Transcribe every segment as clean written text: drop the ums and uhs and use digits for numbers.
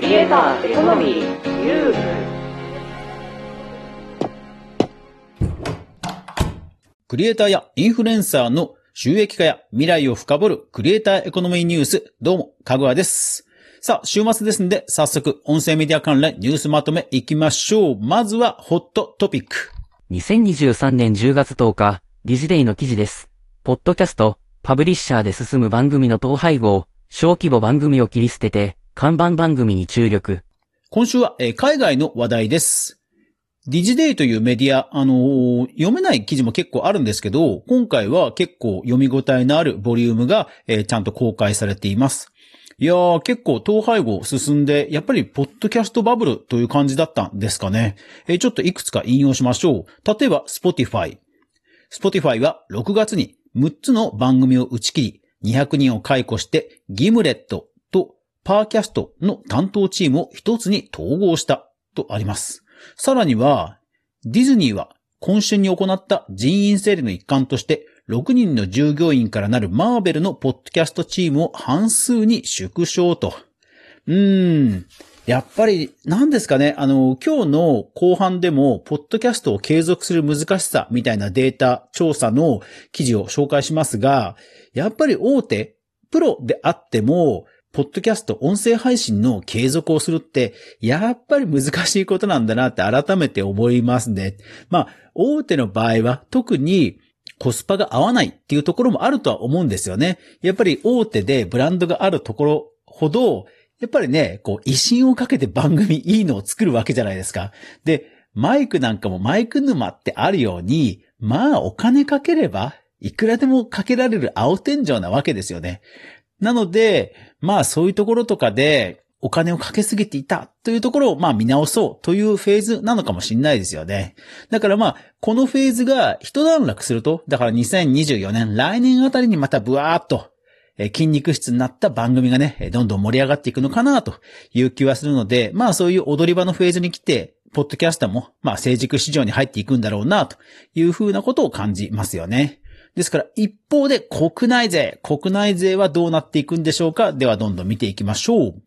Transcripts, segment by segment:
クリエイターエコノミーニュース。 クリエイターやインフルエンサーの収益化や未来を深掘るクリエイターエコノミーニュース。どうも、かぐわです。さあ、週末ですんで、早速、音声メディア関連ニュースまとめいきましょう。まずは、ホットトピック。 2023年10月10日、理事デイの記事です。ポッドキャスト、パブリッシャーで進む番組の統廃合、小規模番組を切り捨てて、看板番組に注力。 今週は、海外の話題です。理事デイというメディア、読めない記事も結構あるんですけど、今回は結構読み応えのあるボリュームが、ちゃんと公開されています。いやー、結構統廃合進んで、やっぱりポッドキャストバブルという感じだったんですかね。ちょっといくつか引用しましょう。例えば、Spotify は6月に6つの番組を打ち切り、200人を解雇して、ギムレットとパーキャストの担当チームを一つに統合したとあります。さらには、ディズニーは今週に行った人員整理の一環として、6人の従業員からなるマーベルのポッドキャストチームを半数に縮小と。やっぱり何ですかね、今日の後半でも、ポッドキャストを継続する難しさみたいなデータ調査の記事を紹介しますが、やっぱり大手、プロであっても、ポッドキャスト、音声配信の継続をするって、やっぱり難しいことなんだなって改めて思いますね。大手の場合は特にコスパが合わないっていうところもあるとは思うんですよね。やっぱり大手でブランドがあるところほど、やっぱりね、威信をかけて番組いいのを作るわけじゃないですか。で、マイクなんかもマイク沼ってあるように、お金かければ、いくらでもかけられる青天井なわけですよね。なので、そういうところとかでお金をかけすぎていたというところを見直そうというフェーズなのかもしれないですよね。だからこのフェーズが一段落すると、だから2024年来年あたりにまたブワーっと筋肉質になった番組がね、どんどん盛り上がっていくのかなという気はするので、そういう踊り場のフェーズに来て、ポッドキャスターも成熟市場に入っていくんだろうなというふうなことを感じますよね。ですから一方で国内税はどうなっていくんでしょうか。ではどんどん見ていきましょう。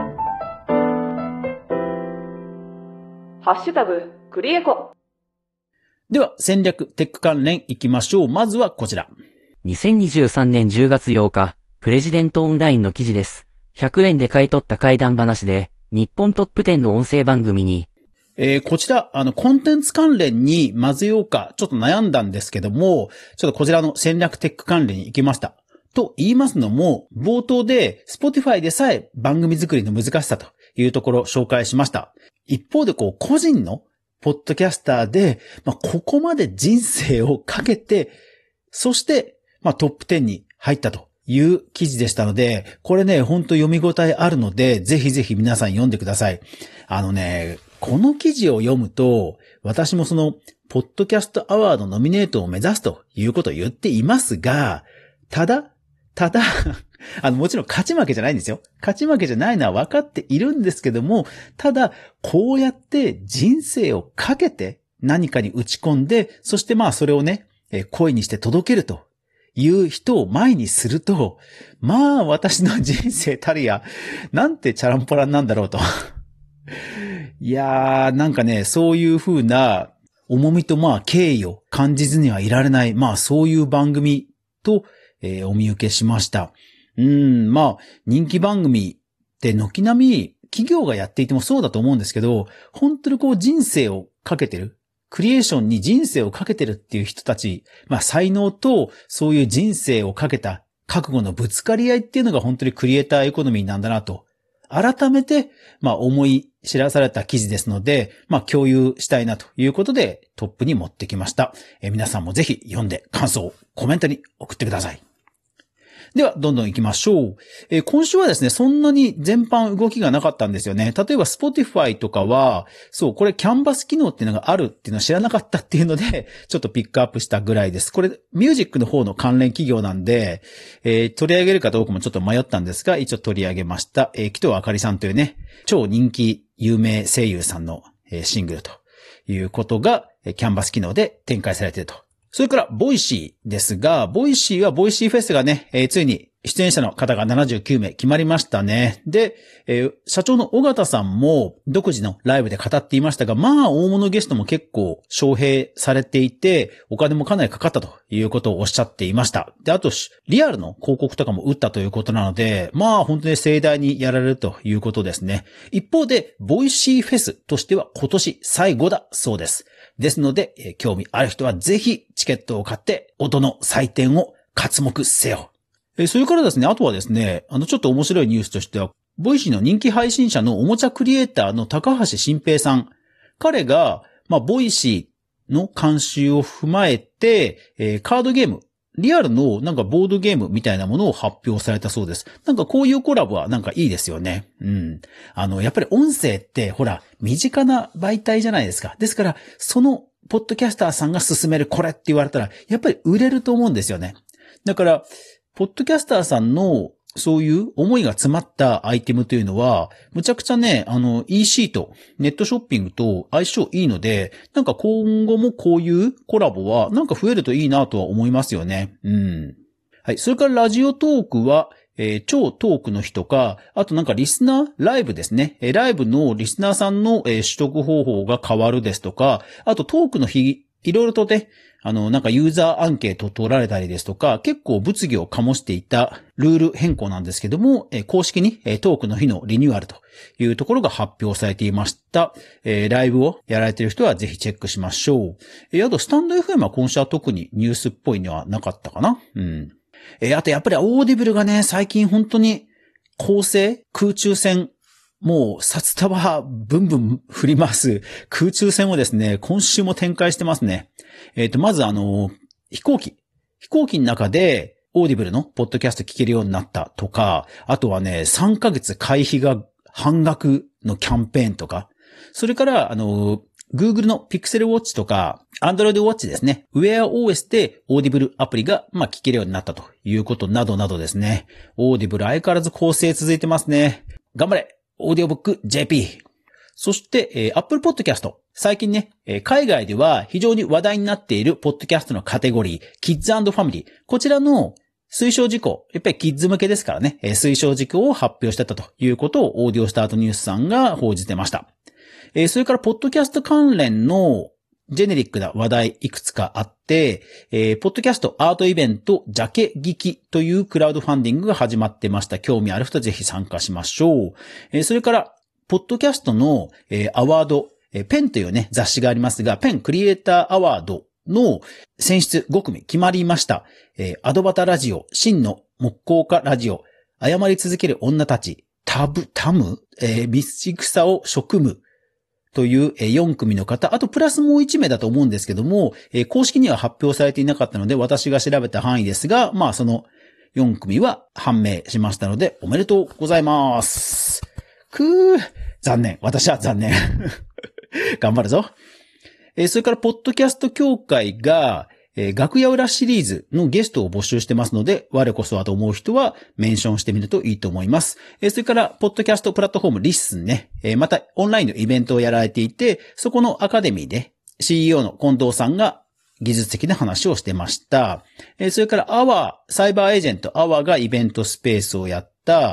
ハッシュタグクリエコ。 では戦略テック関連いきましょう。まずはこちら。 2023年10月8日、プレジデントオンラインの記事です。100円で買い取った怪談話で、日本トップ10の音声番組に、 こちら、コンテンツ関連に混ぜようか、ちょっと悩んだんですけども、ちょっとこちらの戦略テック関連に行きました。と言いますのも、冒頭で、Spotify でさえ番組作りの難しさというところを紹介しました。一方で個人のポッドキャスターで、ここまで人生をかけて、そして、トップ10に入ったという記事でしたので、これね、ほんと読み応えあるので、ぜひぜひ皆さん読んでください。この記事を読むと、私もポッドキャストアワードノミネートを目指すということを言っていますが、ただ、もちろん勝ち負けじゃないんですよ。勝ち負けじゃないのは分かっているんですけども、ただ、こうやって人生をかけて何かに打ち込んで、そしてそれをね、声にして届けるという人を前にすると、私の人生たるや、なんてチャランポランなんだろうと。いやー、なんかね、そういう風な重みと敬意を感じずにはいられない、そういう番組と、お見受けしました。人気番組って軒並み企業がやっていてもそうだと思うんですけど、本当に人生をかけてる、クリエーションに人生をかけてるっていう人たち、才能とそういう人生をかけた覚悟のぶつかり合いっていうのが本当にクリエイターエコノミーなんだなと、改めて、思い知らされた記事ですので、共有したいなということでトップに持ってきました。皆さんもぜひ読んで感想をコメントに送ってください。では、どんどん行きましょう。今週はですね、そんなに全般動きがなかったんですよね。例えば、Spotify とかは、これキャンバス機能っていうのがあるっていうのは知らなかったっていうので、ちょっとピックアップしたぐらいです。これ、ミュージックの方の関連企業なんで、取り上げるかどうかもちょっと迷ったんですが、一応取り上げました。紀藤あかりさんというね、超人気有名声優さんのシングルということが、キャンバス機能で展開されていると。それから、ボイシーですが、ボイシーはボイシーフェスがね、ついに出演者の方が79名決まりましたね。で、社長の尾形さんも独自のライブで語っていましたが、まあ大物ゲストも結構招聘されていて、お金もかなりかかったということをおっしゃっていました。で、あと、リアルの広告とかも打ったということなので、まあ本当に盛大にやられるということですね。一方で、ボイシーフェスとしては今年最後だそうです。ですので、興味ある人はぜひチケットを買って音の祭典を刮目せよ。それからですね、あとはですね、ちょっと面白いニュースとしては、ボイシーの人気配信者のおもちゃクリエイターの高橋新平さん。彼が、ボイシーの監修を踏まえて、カードゲーム、リアルのなんかボードゲームみたいなものを発表されたそうです。なんかこういうコラボはなんかいいですよね。うん。やっぱり音声ってほら、身近な媒体じゃないですか。ですから、そのポッドキャスターさんが勧めるこれって言われたら、やっぱり売れると思うんですよね。だから、ポッドキャスターさんのそういう思いが詰まったアイテムというのは、むちゃくちゃね、EC とネットショッピングと相性いいので、なんか今後もこういうコラボはなんか増えるといいなとは思いますよね。うん。はい。それからラジオトークは、超トークの日とか、あとなんかリスナーライブですね。ライブのリスナーさんの、取得方法が変わるですとか、あとトークの日、いろいろとね、なんかユーザーアンケート取られたりですとか、結構物議を醸していたルール変更なんですけども、公式にトークの日のリニューアルというところが発表されていました。ライブをやられている人はぜひチェックしましょう。あと、スタンド FM は今週は特にニュースっぽいのはなかったかな。うん。あとやっぱりオーディブルがね、最近本当に構成、空中戦、もう札束ブンブン振り回す空中戦をですね、今週も展開してますね。まず飛行機の中でオーディブルのポッドキャスト聞けるようになったとか、あとはね、3ヶ月会費が半額のキャンペーンとか、それからGoogle の Pixel Watch とか Android Watch ですね。Wear OS で Audible アプリが聞けるようになったということなどなどですね。Audible 相変わらず構成続いてますね。頑張れオーディオブック JP。そして、Apple Podcast。最近ね、海外では非常に話題になっているポッドキャストのカテゴリー、Kids & Family。こちらの推奨事項、やっぱりキッズ向けですからね、推奨事項を発表してたということをオーディオスタートニュースさんが報じてました。それから、ポッドキャスト関連のジェネリックな話題いくつかあって、ポッドキャストアートイベントジャケ聞きというクラウドファンディングが始まってました。興味ある人はぜひ参加しましょう。それから、ポッドキャストの、アワード、ペンというね、雑誌がありますが、ペンクリエイターアワードの選出5組決まりました。アドバタラジオ、真の木工家ラジオ、謝り続ける女たち、タム、道草を職務、という4組の方、あとプラスもう1名だと思うんですけども、公式には発表されていなかったので私が調べた範囲ですが、その4組は判明しましたのでおめでとうございます。残念。私は残念。頑張るぞ。それからポッドキャスト協会が楽屋裏シリーズのゲストを募集してますので、我こそはと思う人はメンションしてみるといいと思います。それから、ポッドキャストプラットフォームリッスンね。また、オンラインのイベントをやられていて、そこのアカデミーで CEO の近藤さんが技術的な話をしてました。それから、サイバーエージェントアワーがイベントスペースをやった。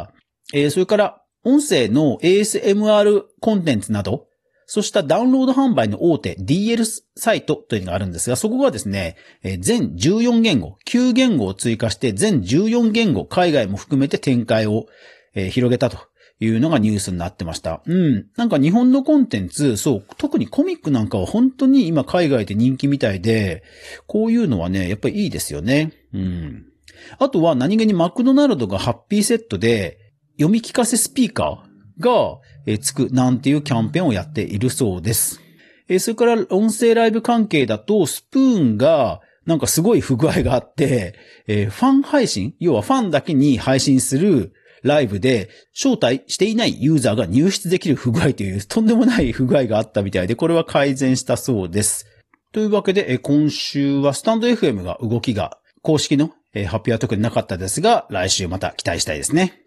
それから、音声の ASMR コンテンツなど、そうしたダウンロード販売の大手 DL サイトというのがあるんですが、そこがですね、全14言語、9言語を追加して全14言語、海外も含めて展開を広げたというのがニュースになってました。なんか日本のコンテンツ、そう、特にコミックなんかは本当に今海外で人気みたいで、こういうのはね、やっぱりいいですよね。あとは何気にマクドナルドがハッピーセットで読み聞かせスピーカーがつくなんていうキャンペーンをやっているそうです。それから音声ライブ関係だとスプーンがなんかすごい不具合があって、ファン配信、要はファンだけに配信するライブで招待していないユーザーが入室できる不具合というとんでもない不具合があったみたいで、これは改善したそうです。というわけで今週はスタンド FM が動きが公式の発表は特になかったですが、来週また期待したいですね。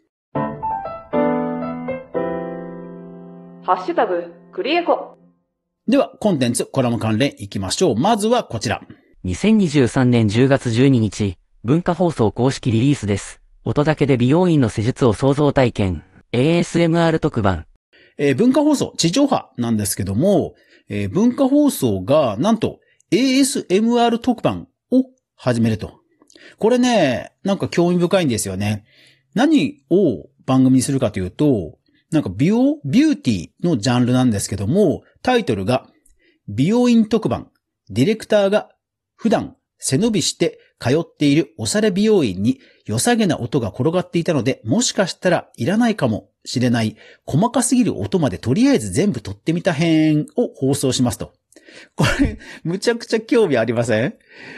ハッシュタグクリエコ。 ではコンテンツコラム関連いきましょう。まずはこちら。 2023年10月12日、文化放送公式リリースです。 音だけで美容院の施術を想像体験。ASMR 特番。 文化放送、地上波なんですけども、文化放送がなんと ASMR 特番を始めると。これね、なんか興味深いんですよね。何を番組にするかというと、なんかビューティーのジャンルなんですけども、タイトルが美容院特番。ディレクターが普段背伸びして通っているおしゃれ美容院に良さげな音が転がっていたので、もしかしたらいらないかもしれない細かすぎる音までとりあえず全部撮ってみた編を放送しますと。これ、むちゃくちゃ興味ありません？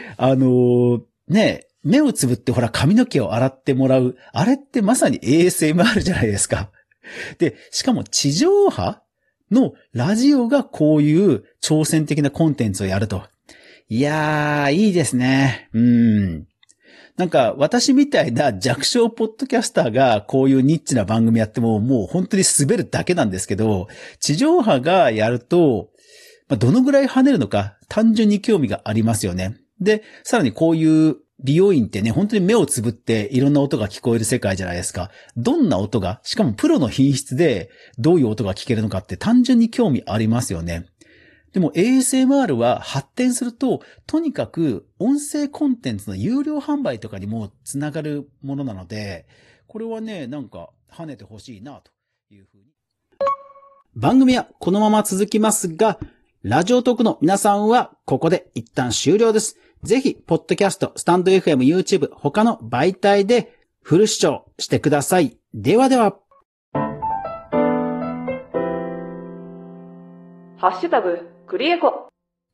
ね、目をつぶってほら髪の毛を洗ってもらう。あれってまさに ASMR じゃないですか。で、しかも地上波のラジオがこういう挑戦的なコンテンツをやると。いやー、いいですね。なんか私みたいな弱小ポッドキャスターがこういうニッチな番組やってももう本当に滑るだけなんですけど、地上波がやると、どのぐらい跳ねるのか単純に興味がありますよね。で、さらにこういう美容院ってね、本当に目をつぶっていろんな音が聞こえる世界じゃないですか。どんな音が、しかもプロの品質でどういう音が聞けるのかって単純に興味ありますよね。でも ASMR は発展すると、とにかく音声コンテンツの有料販売とかにもつながるものなので、これはね、なんか跳ねてほしいなというふうに。番組はこのまま続きますが、ラジオトークの皆さんはここで一旦終了です。ぜひ、ポッドキャスト、スタンド FM、YouTube、他の媒体でフル視聴してください。ではでは。 ハッシュタグ、クリエコ。